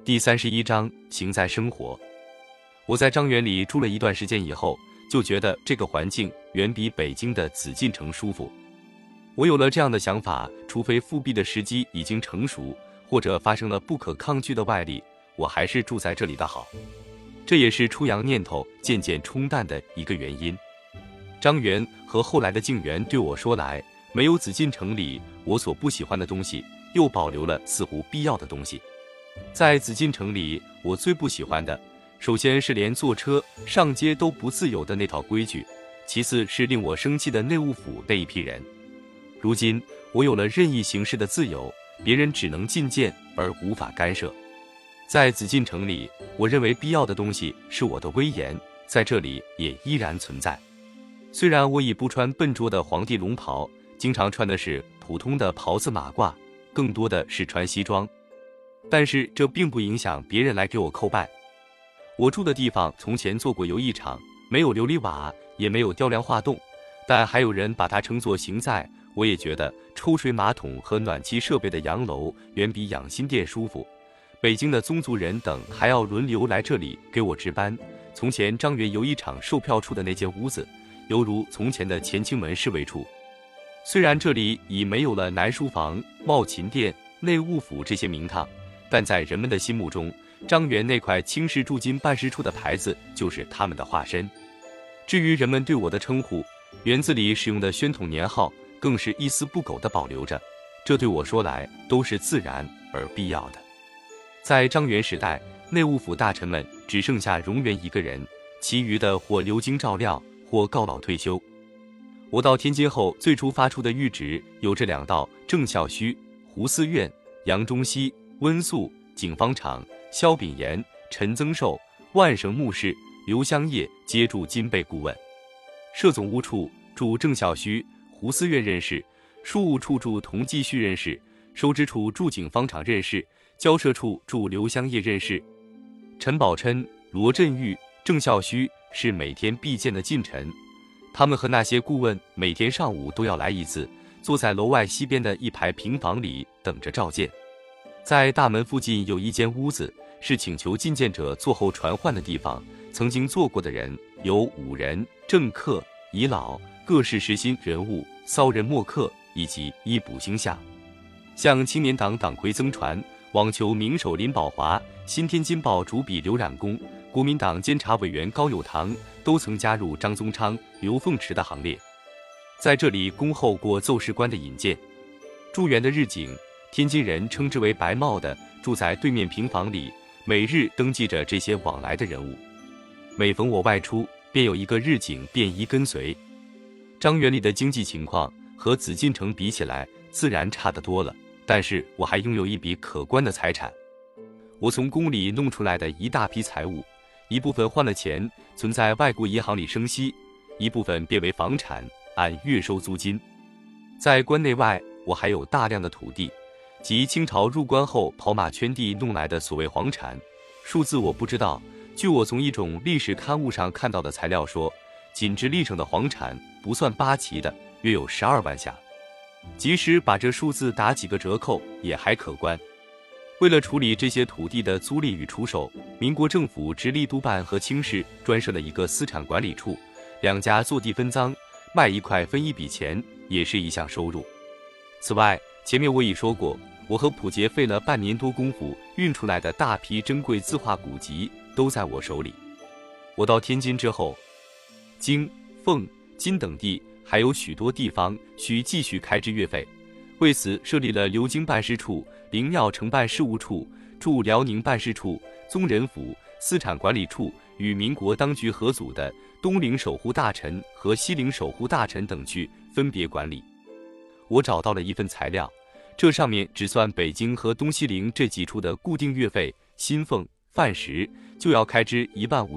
第31章，行在生活。我在张园里住了一段时间以后，就觉得这个环境远比北京的紫禁城舒服。我有了这样的想法，除非复辟的时机已经成熟，或者发生了不可抗拒的外力，我还是住在这里的好。这也是出洋念头渐渐冲淡的一个原因。张园和后来的静园对我说来，没有紫禁城里我所不喜欢的东西，又保留了似乎必要的东西。在紫禁城里，我最不喜欢的，首先是连坐车上街都不自由的那套规矩，其次是令我生气的内务府那一批人。如今我有了任意行事的自由，别人只能进谏而无法干涉。在紫禁城里，我认为必要的东西是我的威严，在这里也依然存在。虽然我已不穿笨拙的皇帝龙袍，经常穿的是普通的袍子马褂，更多的是穿西装，但是这并不影响别人来给我叩拜。我住的地方从前做过游艺场，没有琉璃瓦，也没有雕梁画栋，但还有人把它称作行在。我也觉得抽水马桶和暖气设备的洋楼远比养心殿舒服。北京的宗族人等还要轮流来这里给我值班。从前张园游艺场售票处的那间屋子，犹如从前的乾清门侍卫处。虽然这里已没有了南书房、茂勤殿、内务府这些名堂，但在人们的心目中，张园那块清室驻京办事处的牌子就是他们的化身。至于人们对我的称呼，园子里使用的宣统年号更是一丝不苟地保留着，这对我说来都是自然而必要的。在张园时代，内务府大臣们只剩下荣源一个人，其余的或留京照料，或告老退休。我到天津后，最初发出的谕旨有这两道：郑孝胥、胡思苑、杨中锡、温素、景方场、萧秉炎、陈增寿、万省牧士刘香业皆驻金备顾问。设总务处驻郑孝胥、胡思苑任事，庶务处驻同济绪任事，收支处驻景方场任事，交涉处驻刘香业任事。陈宝琛、罗振玉、郑孝胥是每天必见的近臣，他们和那些顾问每天上午都要来一次，坐在楼外西边的一排平房里等着召见。在大门附近有一间屋子，是请求觐见者坐后传唤的地方。曾经做过的人有武人、政客、遗老、各式实心人物、骚人墨客以及医卜星下。像青年党党魁曾传、网球名手林宝华、新天津报主笔刘冉公、国民党监察委员高友堂都曾加入张宗昌、刘凤池的行列。在这里恭候过奏事官的引荐。驻园的日警，天津人称之为白帽的，住在对面平房里，每日登记着这些往来的人物。每逢我外出，便有一个日警便衣跟随。张园里的经济情况和紫禁城比起来，自然差得多了，但是我还拥有一笔可观的财产。我从宫里弄出来的一大批财物，一部分换了钱存在外国银行里生息，一部分变为房产，按月收租金。在关内外，我还有大量的土地，即清朝入关后跑马圈地弄来的所谓皇产，数字我不知道。据我从一种历史刊物上看到的材料说，仅直隶省的皇产不算八旗的，约有12万下。即使把这数字打几个折扣，也还可观。为了处理这些土地的租赁与出售，民国政府直隶督办和清市专设了一个私产管理处，两家坐地分赃，卖一块分一笔钱，也是一项收入。此外，前面我已说过，我和溥杰费了半年多功夫运出来的大批珍贵字画古籍都在我手里。我到天津之后，京、奉、金等地还有许多地方需继续开支月费，为此设立了留京办事处、灵庙承办事务处、驻辽宁办事处、宗人府、私产管理处与民国当局合组的东陵守护大臣和西陵守护大臣等区分别管理。我找到了一份材料，这上面只算北京和东西陵这几处的固定月费，薪俸、饭食就要开支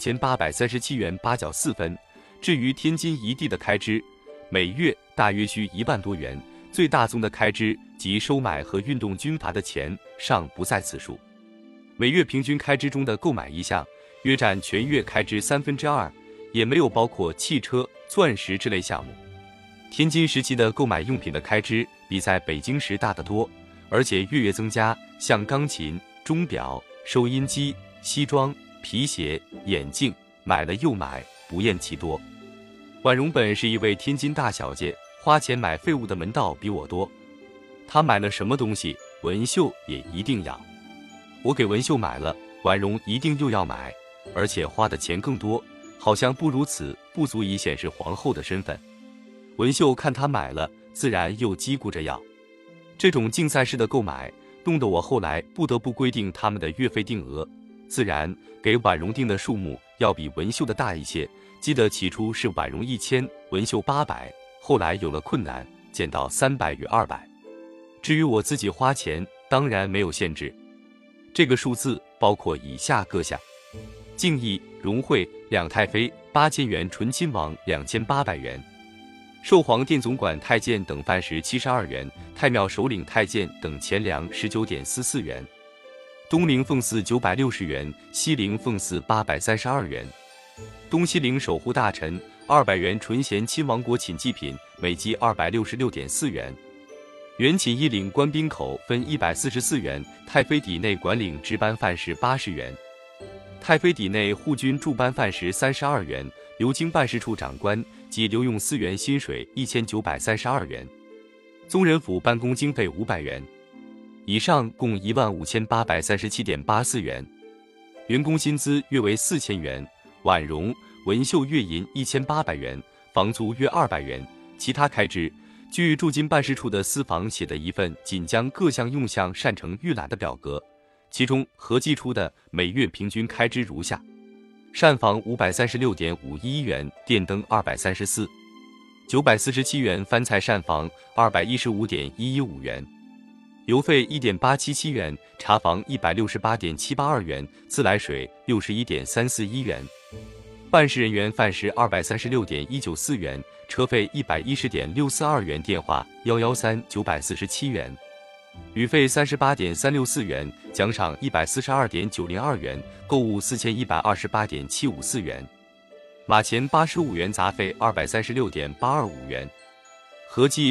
15837元8角4分。至于天津一地的开支，每月大约需1万多元，最大宗的开支及收买和运动军阀的钱尚不在此数。每月平均开支中的购买一项，约占全月开支2/3，也没有包括汽车、钻石之类项目。天津时期的购买用品的开支比在北京时大得多，而且月月增加，像钢琴、钟表、 收音机、西装、皮鞋、眼镜，买了又买，不厌其多。婉容本是一位天津大小姐，花钱买废物的门道比我多。她买了什么东西，文秀也一定要。我给文秀买了，婉容一定又要买，而且花的钱更多，好像不如此不足以显示皇后的身份。文秀看她买了，自然又叽咕着要。这种竞赛式的购买，弄得我后来不得不规定他们的月费定额，自然给婉容定的数目要比文秀的大一些。记得起初是婉容1000，文秀800，后来有了困难，减到300与200。至于我自己花钱，当然没有限制。这个数字包括以下各项：敬意、荣惠两太妃8000元，纯亲王2800元，寿皇殿总管太监等饭食72元，太庙首领太监等钱粮19.44元，东陵奉祀960元，西陵奉祀832元，东西陵守护大臣200元，纯贤亲王国寝祭品每击266.4元，原寝一领官兵口分144元，太妃邸内管领值班饭食80元，太妃邸内护军驻班饭食32元，留京办事处长官及留用司员薪水1932元，宗人府办公经费500元，以上共15837.84元，员工薪资约为4000元，婉容、文秀月银1800元，房租约200元，其他开支据驻京办事处的私房写的一份仅将各项用项删成预览的表格，其中合计出的每月平均开支如下：膳房536.511元，电灯234， 947元，翻菜膳房215.115元，邮费1.877元，茶房168.782元，自来水61.341元，办事人员饭食236.194元，车费110.642元，电话113 947元，旅费38.364元，奖赏142.902元，购物4128.754元，马钱85元，杂费236.825元，合计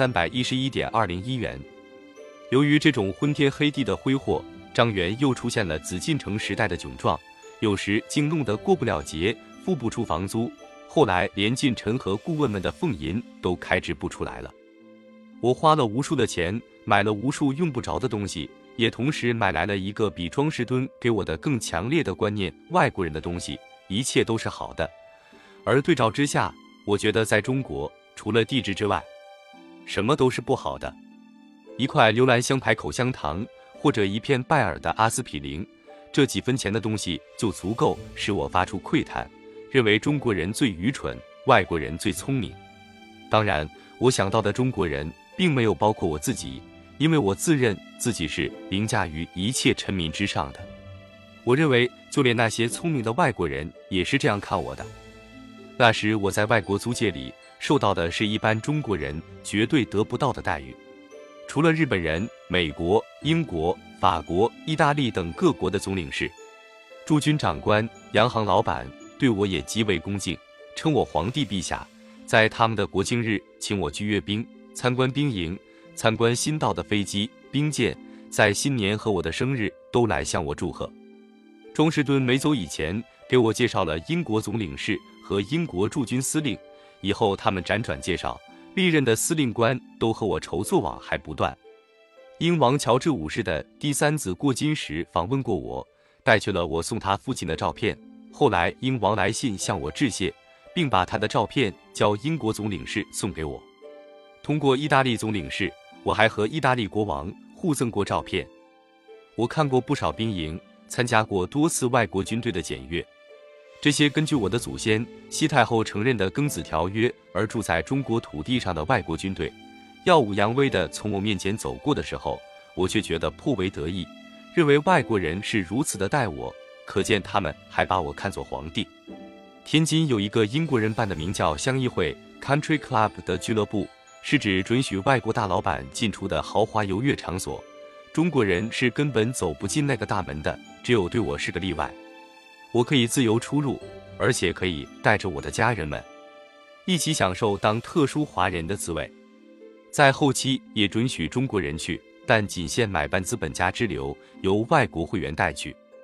6311.201元。由于这种昏天黑地的挥霍，张园又出现了紫禁城时代的窘状，有时竟弄得过不了节，付不出房租，后来连近臣和顾问们的俸银都开支不出来了。我花了无数的钱，买了无数用不着的东西，也同时买来了一个比庄士敦给我的更强烈的观念：外国人的东西一切都是好的。而对照之下，我觉得在中国除了地质之外，什么都是不好的。一块留兰香牌口香糖，或者一片拜耳的阿司匹林，这几分钱的东西就足够使我发出喟叹，认为中国人最愚蠢，外国人最聪明。当然，我想到的中国人并没有包括我自己，因为我自认自己是凌驾于一切臣民之上的。我认为就连那些聪明的外国人也是这样看我的。那时我在外国租界里受到的是一般中国人绝对得不到的待遇。除了日本人、美国、英国、法国、意大利等各国的总领事、驻军长官、洋行老板对我也极为恭敬，称我皇帝陛下，在他们的国庆日请我去阅兵，参观兵营，参观新到的飞机、兵舰，在新年和我的生日都来向我祝贺。庄士敦没走以前，给我介绍了英国总领事和英国驻军司令，以后他们辗转介绍，历任的司令官都和我筹作往还不断。英王乔治5世的第三子过金时访问过我，带去了我送他父亲的照片。后来英王来信向我致谢，并把他的照片交英国总领事送给我。通过意大利总领事，我还和意大利国王互赠过照片。我看过不少兵营，参加过多次外国军队的检阅。这些根据我的祖先西太后承认的庚子条约而住在中国土地上的外国军队，耀武扬威地从我面前走过的时候，我却觉得颇为得意，认为外国人是如此的待我，可见他们还把我看作皇帝。天津有一个英国人办的名叫乡议会 Country Club 的俱乐部，是指准许外国大老板进出的豪华游乐场所，中国人是根本走不进那个大门的，只有对我是个例外。我可以自由出入，而且可以带着我的家人们一起享受当特殊华人的滋味。在后期也准许中国人去，但仅限买办资本家之流，由外国会员带去。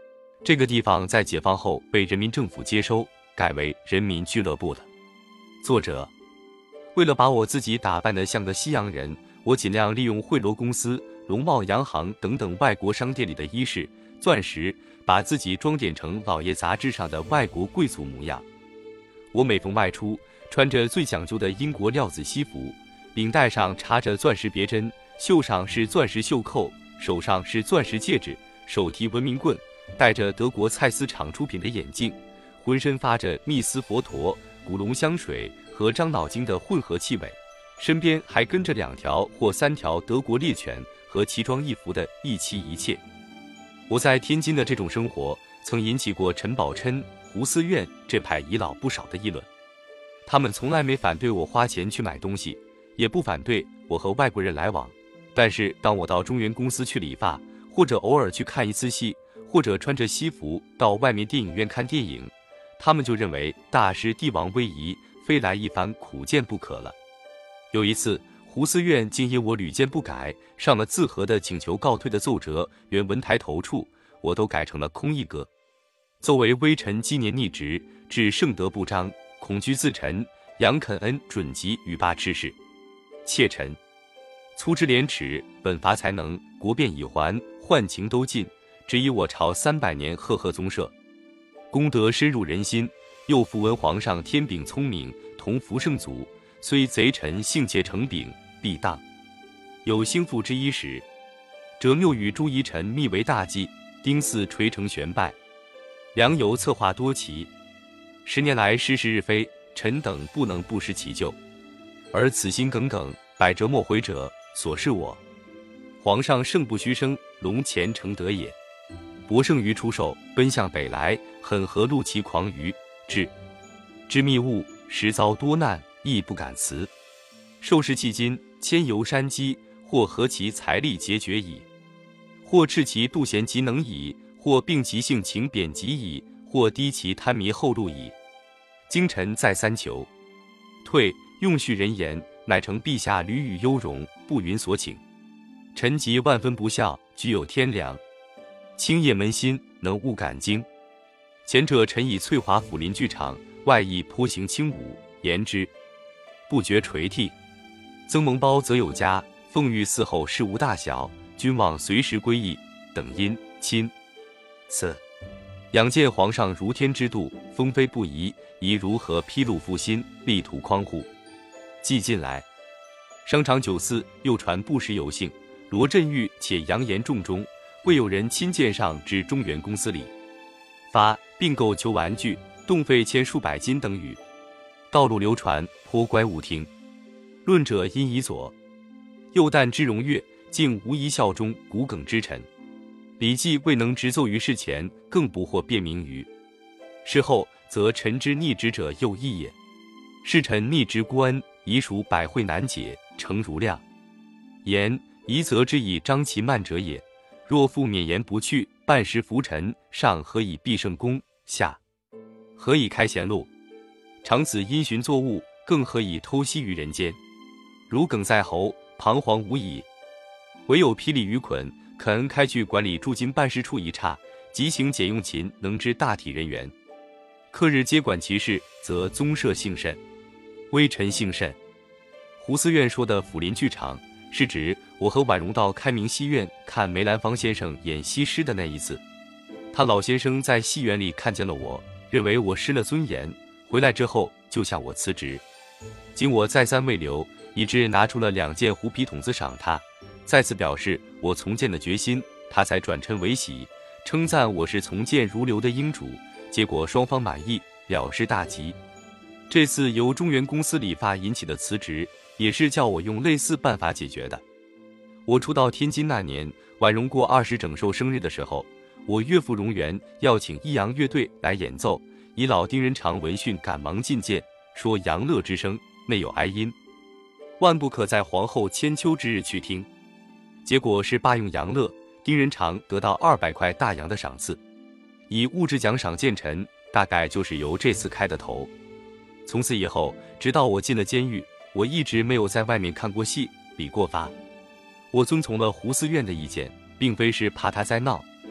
这个地方在解放后被人民政府接收，改为人民俱乐部了。作者：为了把我自己打扮得像个西洋人，我尽量利用汇罗公司、龙茂洋行等等外国商店里的衣饰、钻石，把自己装点成老爷杂志上的外国贵族模样。我每逢外出，穿着最讲究的英国料子西服，领带上插着钻石别针，袖上是钻石袖扣，手上是钻石戒指，手提文明棍，戴着德国蔡司厂出品的眼镜，浑身发着蜜丝佛陀、古龙香水和樟脑精的混合气味，身边还跟着2条或3条德国猎犬和奇装异服的一妻一妾。我在天津的这种生活，曾引起过陈宝琛、胡思院这派遗老不少的议论。他们从来没反对我花钱去买东西，也不反对我和外国人来往。但是当我到中原公司去理发，或者偶尔去看一次戏，或者穿着西服到外面电影院看电影，他们就认为大师帝王威仪，非来一番苦谏不可了。有一次，胡思院竟因我屡谏不改，上了自核的请求告退的奏折，原文抬头处我都改成了空一格。奏为微臣积年逆职，致圣德不彰，恐惧自陈，杨肯恩准及与罢斥事。妾臣粗知廉耻，本伐才能，国变已还，患情都尽，只以我朝300年赫赫宗社，功德深入人心。又复闻皇上天秉聪明，同福圣祖，虽贼臣性结成柄，必当。有兴复之一时，折谬与诸夷臣密为大计，丁巳垂成悬败，良由策划多奇。10年来失事日非，臣等不能不施其咎。而此心耿耿，百折莫回者，所是我。皇上胜不虚声，龙前承德也。博胜于出售，奔向北来，很合路其狂于至。知密物，实遭多难，亦不敢辞。受事迄今，迁游山积，或合其财力节绝矣，或斥其妒贤极能矣，或并其性情贬极矣，或低其贪迷后路矣。京臣再三求退，用叙人言，乃承陛下屡与优容，不允所请。臣即万分不孝，具有天良，清业扪心，能悟感经。前者臣以翠华府邻剧场，外亦颇行轻舞，言之不觉垂涕。曾蒙褒则有加，奉谕嗣后事无大小，君望随时归意，等因亲赐。仰见皇上如天之度，风飞不移，宜如何披露负心，力图匡护。既近来，商场酒肆又传不时有幸，罗振玉且扬言重中，未有人亲见上至中原公司里发，并购求玩具，动费千数百金等语。道路流传，颇乖勿听。论者因以左，又但之荣悦，竟无一效忠骨梗之臣。李绩未能直奏于事前，更不获辩明于事后，则臣之逆职者又异也。是臣逆职孤恩，已属百会难解，诚如量言，宜责之以张其慢者也。若复免言不去，半时浮沉，上何以必圣功，下何以开贤路？常此因循作物，更何以偷息于人间？如鲠在喉，彷徨无已。唯有霹雳于捆，肯恩开具管理驻京办事处一刹，即行简用勤，能知大体人员。克日接管其事，则宗社幸甚，微臣幸甚。胡思院说的府邻剧场，是指我和婉容到开明戏院看梅兰芳先生演西施的那一次。他老先生在戏园里看见了我，认为我失了尊严，回来之后就向我辞职。经我再三未留，以致拿出了2件狐皮筒子赏他，再次表示我从谏的决心，他才转嗔为喜，称赞我是从谏如流的英主。结果双方满意，了事大吉。这次由中原公司理发引起的辞职，也是叫我用类似办法解决的。我初到天津那年，婉容过20整寿生日的时候，我岳父荣元要请益阳乐队来演奏，以老丁仁常闻讯赶忙进谏，说杨乐之声内有哀音，万不可在皇后千秋之日去听。结果是罢用杨乐，丁仁常得到200块大洋的赏赐，以物质奖赏见臣，大概就是由这次开的头。从此以后，直到我进了监狱，我一直没有在外面看过戏，理过发。我遵从了胡思院的意见，并非是怕他在闹，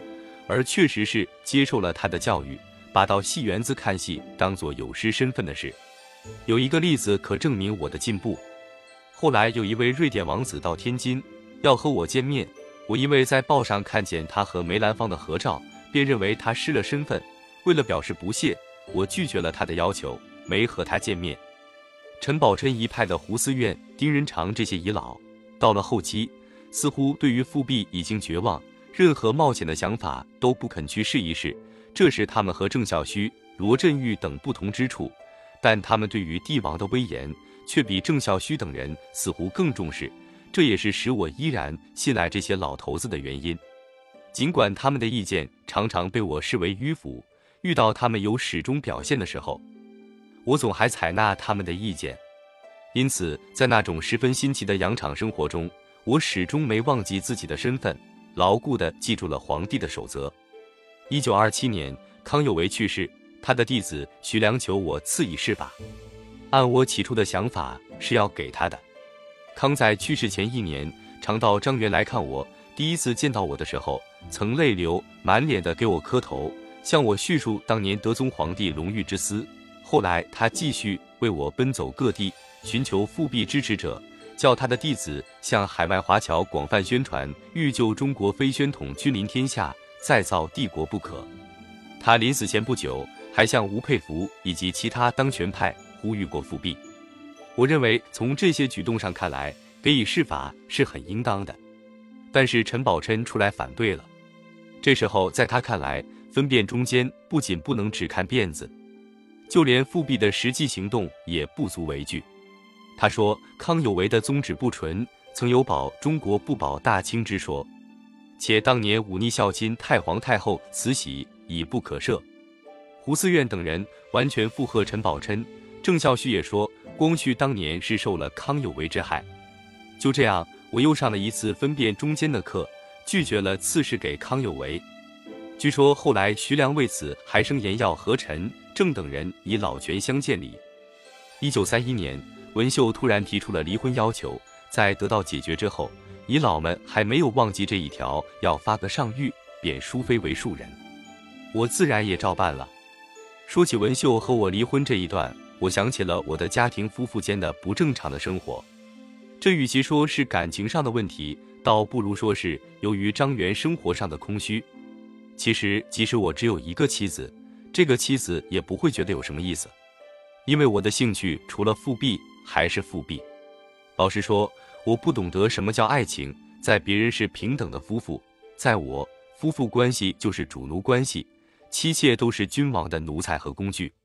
而确实是接受了他的教育，把到戏园子看戏当作有失身份的事。有一个例子可证明我的进步。后来有一位瑞典王子到天津，要和我见面，我因为在报上看见他和梅兰芳的合照，便认为他失了身份。为了表示不屑，我拒绝了他的要求，没和他见面。陈宝琛一派的胡思院、丁仁长这些遗老，到了后期，似乎对于复辟已经绝望，任何冒险的想法都不肯去试一试，这是他们和郑孝胥、罗振玉等不同之处。但他们对于帝王的威严，却比郑孝胥等人似乎更重视，这也是使我依然信赖这些老头子的原因。尽管他们的意见常常被我视为迂腐，遇到他们有始终表现的时候，我总还采纳他们的意见。因此，在那种十分新奇的洋场生活中，我始终没忘记自己的身份，牢固地记住了皇帝的守则。1927年，康有为去世，他的弟子徐良求我赐以谥法。按我起初的想法是要给他的。康在去世前1年，常到张园来看我，第一次见到我的时候，曾泪流满脸地给我磕头，向我叙述当年德宗皇帝荣誉之思。后来他继续为我奔走各地，寻求复辟支持者，叫他的弟子向海外华侨广泛宣传，欲救中国非宣统君临天下，再造帝国不可。他临死前不久，还向吴佩孚以及其他当权派呼吁过复辟。我认为从这些举动上看来，给予谥法是很应当的。但是陈宝琛出来反对了。这时候在他看来，分辨中间不仅不能只看辫子，就连复辟的实际行动也不足为惧。他说康有为的宗旨不纯，曾有保中国不保大清之说，且当年忤逆孝亲太皇太后慈禧已不可赦。胡思院等人完全附和陈宝琛，郑孝胥也说光绪当年是受了康有为之害。就这样，我又上了一次分辨中间的课，拒绝了赐谥给康有为。据说后来徐良为此还声言要和陈、郑等人以老权相见礼。1931年，文秀突然提出了离婚要求，在得到解决之后，遗老们还没有忘记这一条，要发个上谕，贬淑妃为庶人。我自然也照办了。说起文秀和我离婚这一段，我想起了我的家庭夫妇间的不正常的生活。这与其说是感情上的问题，倒不如说是由于张园生活上的空虚。其实即使我只有一个妻子，这个妻子也不会觉得有什么意思，因为我的兴趣除了复辟还是复辟。老实说，我不懂得什么叫爱情，在别人是平等的夫妇，在我，夫妇关系就是主奴关系，妻妾都是君王的奴才和工具。